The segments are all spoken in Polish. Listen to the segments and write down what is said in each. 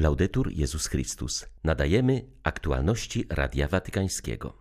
Laudetur Jezus Chrystus. Nadajemy aktualności Radia Watykańskiego.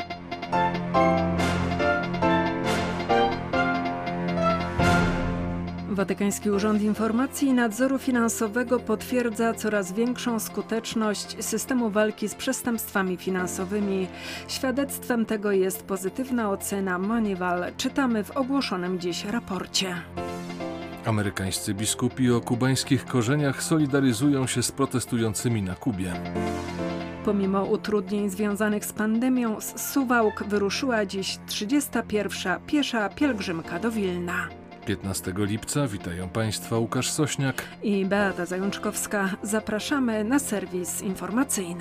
Watykański Urząd Informacji i Nadzoru Finansowego potwierdza coraz większą skuteczność systemu walki z przestępstwami finansowymi. Świadectwem tego jest pozytywna ocena Moneyval. Czytamy w ogłoszonym dziś raporcie. Amerykańscy biskupi o kubańskich korzeniach solidaryzują się z protestującymi na Kubie. Pomimo utrudnień związanych z pandemią, z Suwałk wyruszyła dziś 31. piesza pielgrzymka do Wilna. 15 lipca witają Państwa Łukasz Sośniak I Beata Zajączkowska. Zapraszamy na serwis informacyjny.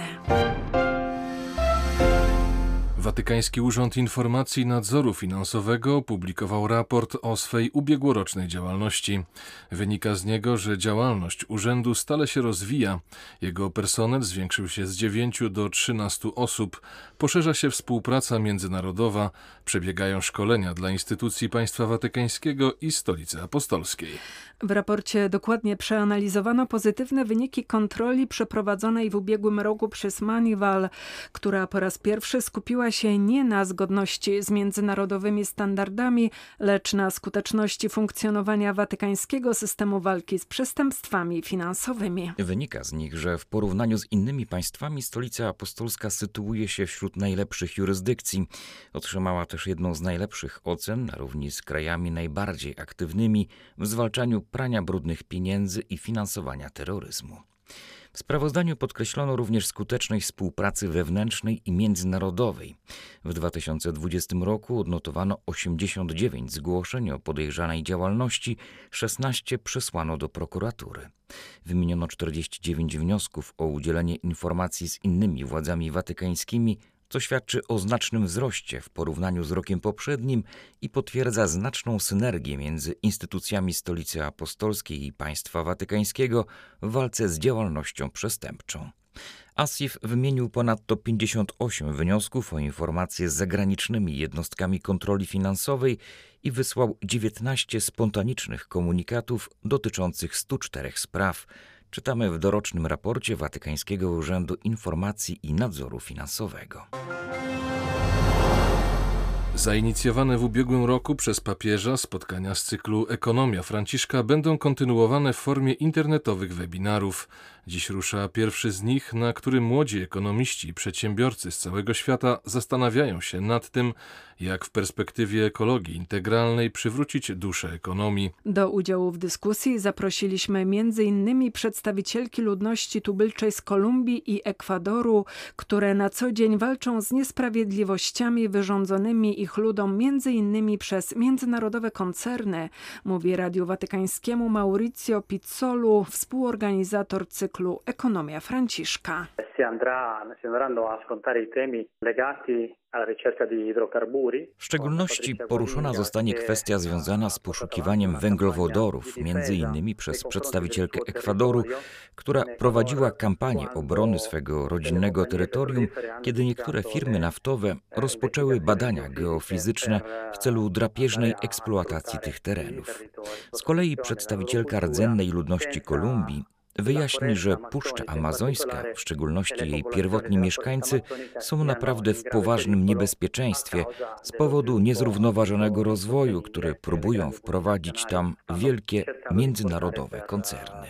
Watykański Urząd Informacji i Nadzoru Finansowego opublikował raport o swej ubiegłorocznej działalności. Wynika z niego, że działalność urzędu stale się rozwija. Jego personel zwiększył się z 9 do 13 osób. Poszerza się współpraca międzynarodowa. Przebiegają szkolenia dla instytucji państwa watykańskiego i Stolicy Apostolskiej. W raporcie dokładnie przeanalizowano pozytywne wyniki kontroli przeprowadzonej w ubiegłym roku przez Moneyval, która po raz pierwszy skupiła się nie na zgodności z międzynarodowymi standardami, lecz na skuteczności funkcjonowania watykańskiego systemu walki z przestępstwami finansowymi. Wynika z nich, że w porównaniu z innymi państwami Stolica Apostolska sytuuje się wśród najlepszych jurysdykcji. Otrzymała też jedną z najlepszych ocen na równi z krajami najbardziej aktywnymi w zwalczaniu prania brudnych pieniędzy i finansowania terroryzmu. W sprawozdaniu podkreślono również skuteczność współpracy wewnętrznej i międzynarodowej. W 2020 roku odnotowano 89 zgłoszeń o podejrzanej działalności, 16 przesłano do prokuratury. Wymieniono 49 wniosków o udzielenie informacji z innymi władzami watykańskimi, co świadczy o znacznym wzroście w porównaniu z rokiem poprzednim i potwierdza znaczną synergię między instytucjami Stolicy Apostolskiej i Państwa Watykańskiego w walce z działalnością przestępczą. ASIF wymienił ponadto 58 wniosków o informacje z zagranicznymi jednostkami kontroli finansowej i wysłał 19 spontanicznych komunikatów dotyczących 104 spraw. Czytamy w dorocznym raporcie Watykańskiego Urzędu Informacji i Nadzoru Finansowego. Zainicjowane w ubiegłym roku przez papieża spotkania z cyklu Ekonomia Franciszka będą kontynuowane w formie internetowych webinarów. Dziś rusza pierwszy z nich, na którym młodzi ekonomiści i przedsiębiorcy z całego świata zastanawiają się nad tym, jak w perspektywie ekologii integralnej przywrócić duszę ekonomii. Do udziału w dyskusji zaprosiliśmy m.in. przedstawicielki ludności tubylczej z Kolumbii i Ekwadoru, które na co dzień walczą z niesprawiedliwościami wyrządzonymi ich ludom m.in. przez międzynarodowe koncerny, mówi Radiu Watykańskiemu Maurizio Pizzolu, współorganizator cyklu Ekonomia Franciszka. W szczególności poruszona zostanie kwestia związana z poszukiwaniem węglowodorów, między innymi przez przedstawicielkę Ekwadoru, która prowadziła kampanię obrony swego rodzinnego terytorium, kiedy niektóre firmy naftowe rozpoczęły badania geofizyczne w celu drapieżnej eksploatacji tych terenów. Z kolei przedstawicielka rdzennej ludności Kolumbii wyjaśni, że Puszcza Amazońska, w szczególności jej pierwotni mieszkańcy, są naprawdę w poważnym niebezpieczeństwie z powodu niezrównoważonego rozwoju, który próbują wprowadzić tam wielkie międzynarodowe koncerny.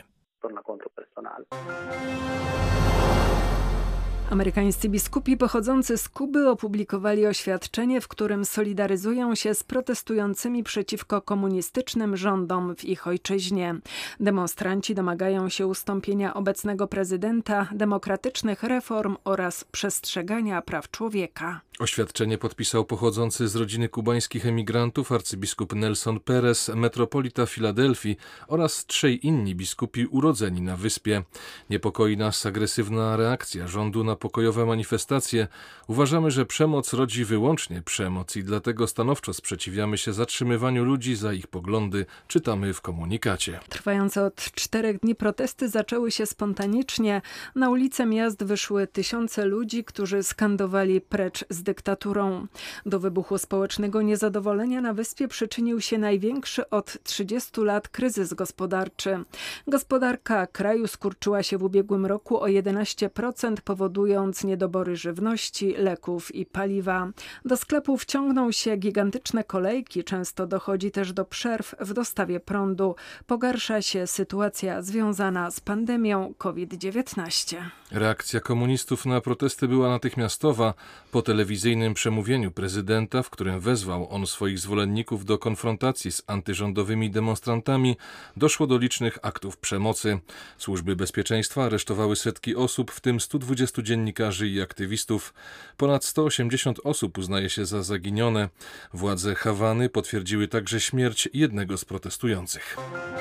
Amerykańscy biskupi pochodzący z Kuby opublikowali oświadczenie, w którym solidaryzują się z protestującymi przeciwko komunistycznym rządom w ich ojczyźnie. Demonstranci domagają się ustąpienia obecnego prezydenta, demokratycznych reform oraz przestrzegania praw człowieka. Oświadczenie podpisał pochodzący z rodziny kubańskich emigrantów arcybiskup Nelson Perez, metropolita Filadelfii oraz 3 inni biskupi urodzeni na wyspie. Niepokoi nas agresywna reakcja rządu na pokojowe manifestacje, uważamy, że przemoc rodzi wyłącznie przemoc i dlatego stanowczo sprzeciwiamy się zatrzymywaniu ludzi za ich poglądy, czytamy w komunikacie. Trwające od 4 dni protesty zaczęły się spontanicznie. Na ulice miast wyszły tysiące ludzi, którzy skandowali precz z dyktaturą. Do wybuchu społecznego niezadowolenia na wyspie przyczynił się największy od 30 lat kryzys gospodarczy. Gospodarka kraju skurczyła się w ubiegłym roku o 11%, powodując niedobory żywności, leków i paliwa. Do sklepów ciągną się gigantyczne kolejki, często dochodzi też do przerw w dostawie prądu. Pogarsza się sytuacja związana z pandemią COVID-19. Reakcja komunistów na protesty była natychmiastowa. Po telewizyjnym przemówieniu prezydenta, w którym wezwał on swoich zwolenników do konfrontacji z antyrządowymi demonstrantami, doszło do licznych aktów przemocy. Służby bezpieczeństwa aresztowały setki osób, w tym 120 dziennikarzy i aktywistów. Ponad 180 osób uznaje się za zaginione. Władze Hawany potwierdziły także śmierć jednego z protestujących.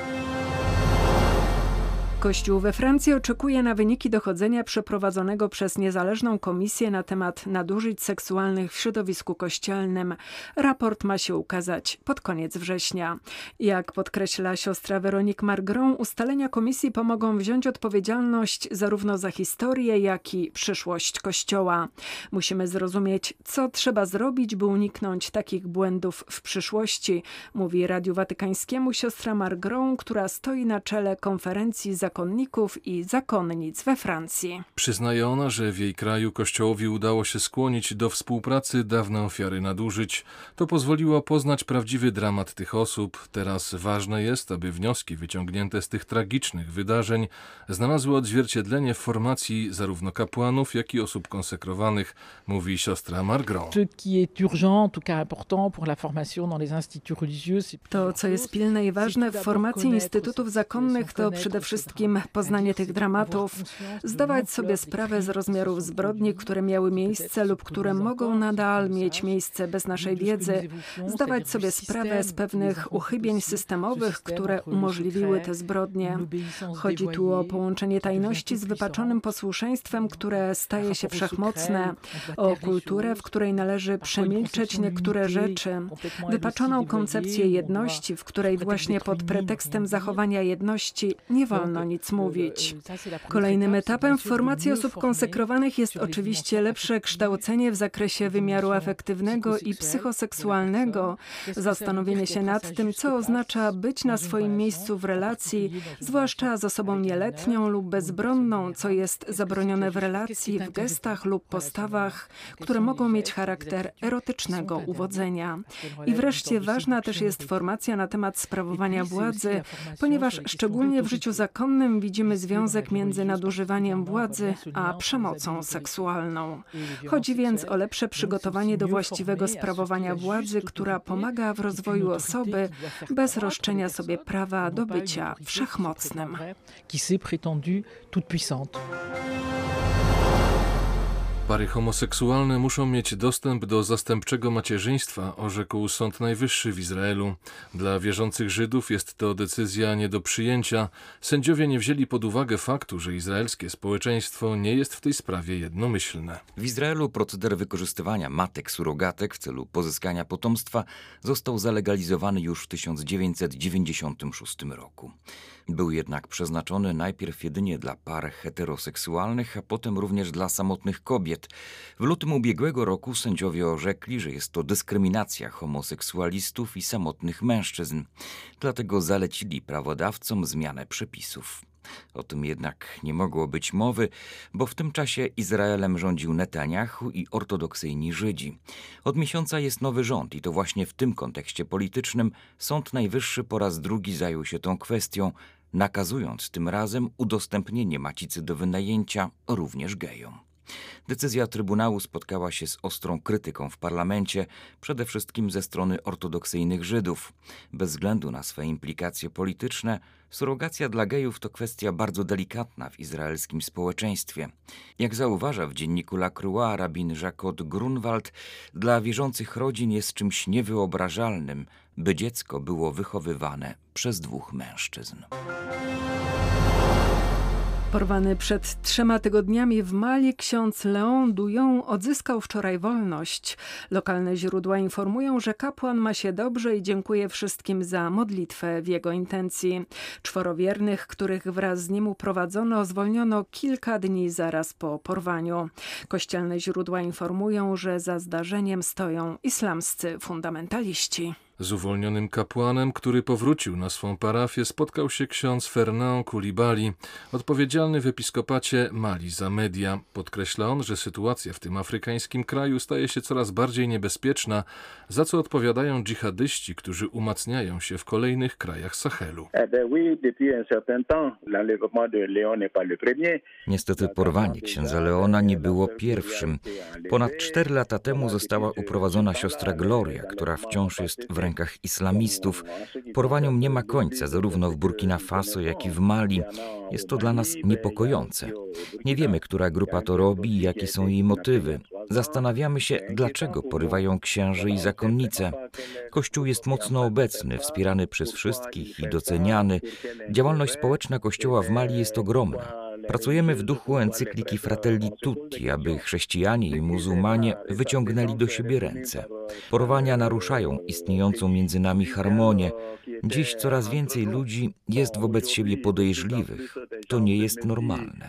Kościół we Francji oczekuje na wyniki dochodzenia przeprowadzonego przez niezależną komisję na temat nadużyć seksualnych w środowisku kościelnym. Raport ma się ukazać pod koniec września. Jak podkreśla siostra Véronique Margron, ustalenia komisji pomogą wziąć odpowiedzialność zarówno za historię, jak i przyszłość Kościoła. Musimy zrozumieć, co trzeba zrobić, by uniknąć takich błędów w przyszłości, mówi Radiu Watykańskiemu siostra Margron, która stoi na czele konferencji zakonników i zakonnic we Francji. Przyznaje ona, że w jej kraju Kościołowi udało się skłonić do współpracy dawne ofiary nadużyć. To pozwoliło poznać prawdziwy dramat tych osób. Teraz ważne jest, aby wnioski wyciągnięte z tych tragicznych wydarzeń znalazły odzwierciedlenie w formacji zarówno kapłanów, jak i osób konsekrowanych, mówi siostra Margron. To, co jest pilne i ważne w formacji instytutów zakonnych, to przede wszystkim poznanie tych dramatów, zdawać sobie sprawę z rozmiarów zbrodni, które miały miejsce lub które mogą nadal mieć miejsce bez naszej wiedzy, zdawać sobie sprawę z pewnych uchybień systemowych, które umożliwiły te zbrodnie. Chodzi tu o połączenie tajności z wypaczonym posłuszeństwem, które staje się wszechmocne, o kulturę, w której należy przemilczeć niektóre rzeczy, wypaczoną koncepcję jedności, w której właśnie pod pretekstem zachowania jedności nie wolno nic mówić. Kolejnym etapem w formacji osób konsekrowanych jest oczywiście lepsze kształcenie w zakresie wymiaru afektywnego i psychoseksualnego, zastanowienie się nad tym, co oznacza być na swoim miejscu w relacji, zwłaszcza z osobą nieletnią lub bezbronną, co jest zabronione w relacji, w gestach lub postawach, które mogą mieć charakter erotycznego uwodzenia. I wreszcie ważna też jest formacja na temat sprawowania władzy, ponieważ szczególnie w życiu zakonnym widzimy związek między nadużywaniem władzy a przemocą seksualną. Chodzi więc o lepsze przygotowanie do właściwego sprawowania władzy, która pomaga w rozwoju osoby bez roszczenia sobie prawa do bycia wszechmocnym. Pary homoseksualne muszą mieć dostęp do zastępczego macierzyństwa, orzekł Sąd Najwyższy w Izraelu. Dla wierzących Żydów jest to decyzja nie do przyjęcia. Sędziowie nie wzięli pod uwagę faktu, że izraelskie społeczeństwo nie jest w tej sprawie jednomyślne. W Izraelu proceder wykorzystywania matek surogatek w celu pozyskania potomstwa został zalegalizowany już w 1996 roku. Był jednak przeznaczony najpierw jedynie dla par heteroseksualnych, a potem również dla samotnych kobiet. W lutym ubiegłego roku sędziowie orzekli, że jest to dyskryminacja homoseksualistów i samotnych mężczyzn. Dlatego zalecili prawodawcom zmianę przepisów. O tym jednak nie mogło być mowy, bo w tym czasie Izraelem rządził Netanjahu i ortodoksyjni Żydzi. Od miesiąca jest nowy rząd i to właśnie w tym kontekście politycznym Sąd Najwyższy po raz drugi zajął się tą kwestią, nakazując tym razem udostępnienie macicy do wynajęcia również gejom. Decyzja Trybunału spotkała się z ostrą krytyką w parlamencie, przede wszystkim ze strony ortodoksyjnych Żydów. Bez względu na swe implikacje polityczne, surogacja dla gejów to kwestia bardzo delikatna w izraelskim społeczeństwie. Jak zauważa w dzienniku La Croix rabin Jacob Grunwald, dla wierzących rodzin jest czymś niewyobrażalnym, by dziecko było wychowywane przez dwóch mężczyzn. Porwany przed 3 tygodniami w Mali ksiądz Léon Douillon odzyskał wczoraj wolność. Lokalne źródła informują, że kapłan ma się dobrze i dziękuję wszystkim za modlitwę w jego intencji. 4 wiernych, których wraz z nim uprowadzono, zwolniono kilka dni zaraz po porwaniu. Kościelne źródła informują, że za zdarzeniem stoją islamscy fundamentaliści. Z uwolnionym kapłanem, który powrócił na swą parafię, spotkał się ksiądz Fernand Coulibaly, odpowiedzialny w episkopacie Mali za media. Podkreśla on, że sytuacja w tym afrykańskim kraju staje się coraz bardziej niebezpieczna, za co odpowiadają dżihadyści, którzy umacniają się w kolejnych krajach Sahelu. Niestety porwanie księdza Leona nie było pierwszym. Ponad 4 lata temu została uprowadzona siostra Gloria, która wciąż jest w rękach islamistów. Porwaniom nie ma końca, zarówno w Burkina Faso, jak i w Mali. Jest to dla nas niepokojące. Nie wiemy, która grupa to robi i jakie są jej motywy. Zastanawiamy się, dlaczego porywają księży i zakonnice. Kościół jest mocno obecny, wspierany przez wszystkich i doceniany. Działalność społeczna Kościoła w Mali jest ogromna. Pracujemy w duchu encykliki Fratelli Tutti, aby chrześcijanie i muzułmanie wyciągnęli do siebie ręce. Porwania naruszają istniejącą między nami harmonię. Dziś coraz więcej ludzi jest wobec siebie podejrzliwych. To nie jest normalne.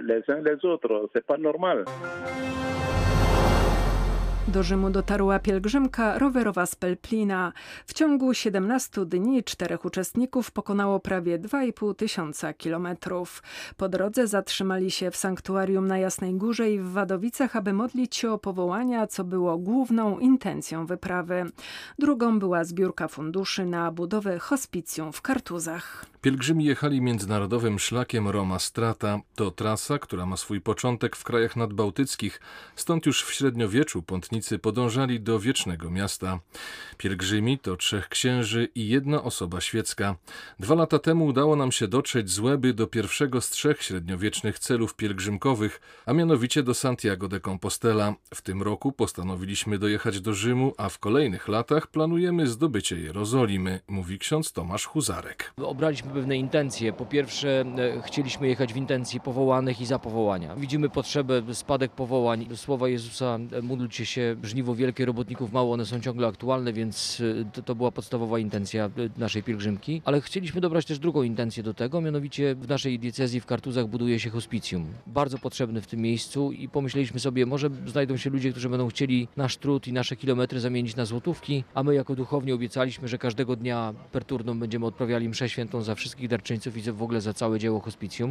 Do Rzymu dotarła pielgrzymka rowerowa z Pelplina. W ciągu 17 dni 4 uczestników pokonało prawie 2,5 tysiąca kilometrów. Po drodze zatrzymali się w sanktuarium na Jasnej Górze i w Wadowicach, aby modlić się o powołania, co było główną intencją wyprawy. Drugą była zbiórka funduszy na budowę hospicjum w Kartuzach. Pielgrzymi jechali międzynarodowym szlakiem Roma Strata. To trasa, która ma swój początek w krajach nadbałtyckich. Stąd już w średniowieczu pątnicy podążali do wiecznego miasta. Pielgrzymi to 3 księży i 1 osoba świecka. 2 lata temu udało nam się dotrzeć z Łeby do pierwszego z 3 średniowiecznych celów pielgrzymkowych, a mianowicie do Santiago de Compostela. W tym roku postanowiliśmy dojechać do Rzymu, a w kolejnych latach planujemy zdobycie Jerozolimy, mówi ksiądz Tomasz Huzarek. Obraliśmy pewne intencje. Po pierwsze, chcieliśmy jechać w intencji powołanych i zapowołania. Widzimy potrzebę, spadek powołań. Słowa Jezusa, módlcie się, żniwo wielkie, robotników mało, one są ciągle aktualne, więc to była podstawowa intencja naszej pielgrzymki. Ale chcieliśmy dobrać też drugą intencję do tego, mianowicie w naszej diecezji w Kartuzach buduje się hospicjum. Bardzo potrzebny w tym miejscu i pomyśleliśmy sobie, może znajdą się ludzie, którzy będą chcieli nasz trud i nasze kilometry zamienić na złotówki, a my jako duchowni obiecaliśmy, że każdego dnia per turnum będziemy odprawiali mszę świętą za wszystkich darczyńców i w ogóle za całe dzieło hospicjum.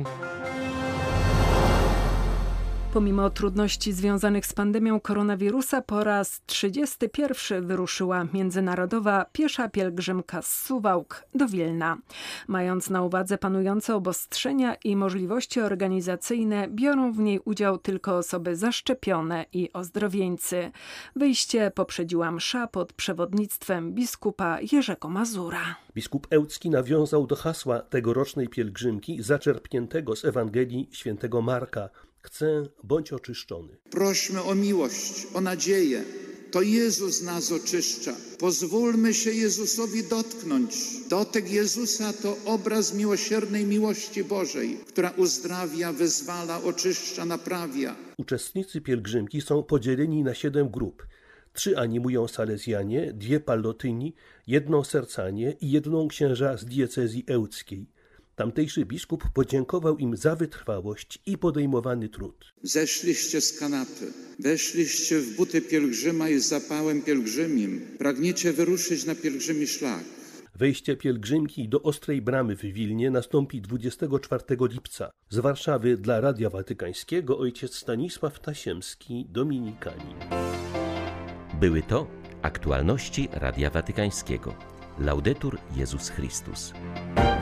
Pomimo trudności związanych z pandemią koronawirusa po raz 31 wyruszyła międzynarodowa piesza pielgrzymka z Suwałk do Wilna. Mając na uwadze panujące obostrzenia i możliwości organizacyjne, biorą w niej udział tylko osoby zaszczepione i ozdrowieńcy. Wyjście poprzedziła msza pod przewodnictwem biskupa Jerzego Mazura. Biskup Ełcki nawiązał do hasła tegorocznej pielgrzymki zaczerpniętego z Ewangelii świętego Marka. Chcę, bądź oczyszczony. Prośmy o miłość, o nadzieję. To Jezus nas oczyszcza. Pozwólmy się Jezusowi dotknąć. Dotyk Jezusa to obraz miłosiernej miłości Bożej, która uzdrawia, wyzwala, oczyszcza, naprawia. Uczestnicy pielgrzymki są podzieleni na 7 grup. 3 animują salezjanie, 2 pallotyni, 1 sercanie i 1 księża z diecezji ełckiej. Tamtejszy biskup podziękował im za wytrwałość i podejmowany trud. Zeszliście z kanapy, weszliście w buty pielgrzyma i z zapałem pielgrzymim. Pragniecie wyruszyć na pielgrzymi szlak. Wejście pielgrzymki do Ostrej Bramy w Wilnie nastąpi 24 lipca. Z Warszawy dla Radia Watykańskiego ojciec Stanisław Tasiemski, dominikanin. Były to aktualności Radia Watykańskiego. Laudetur Jezus Chrystus.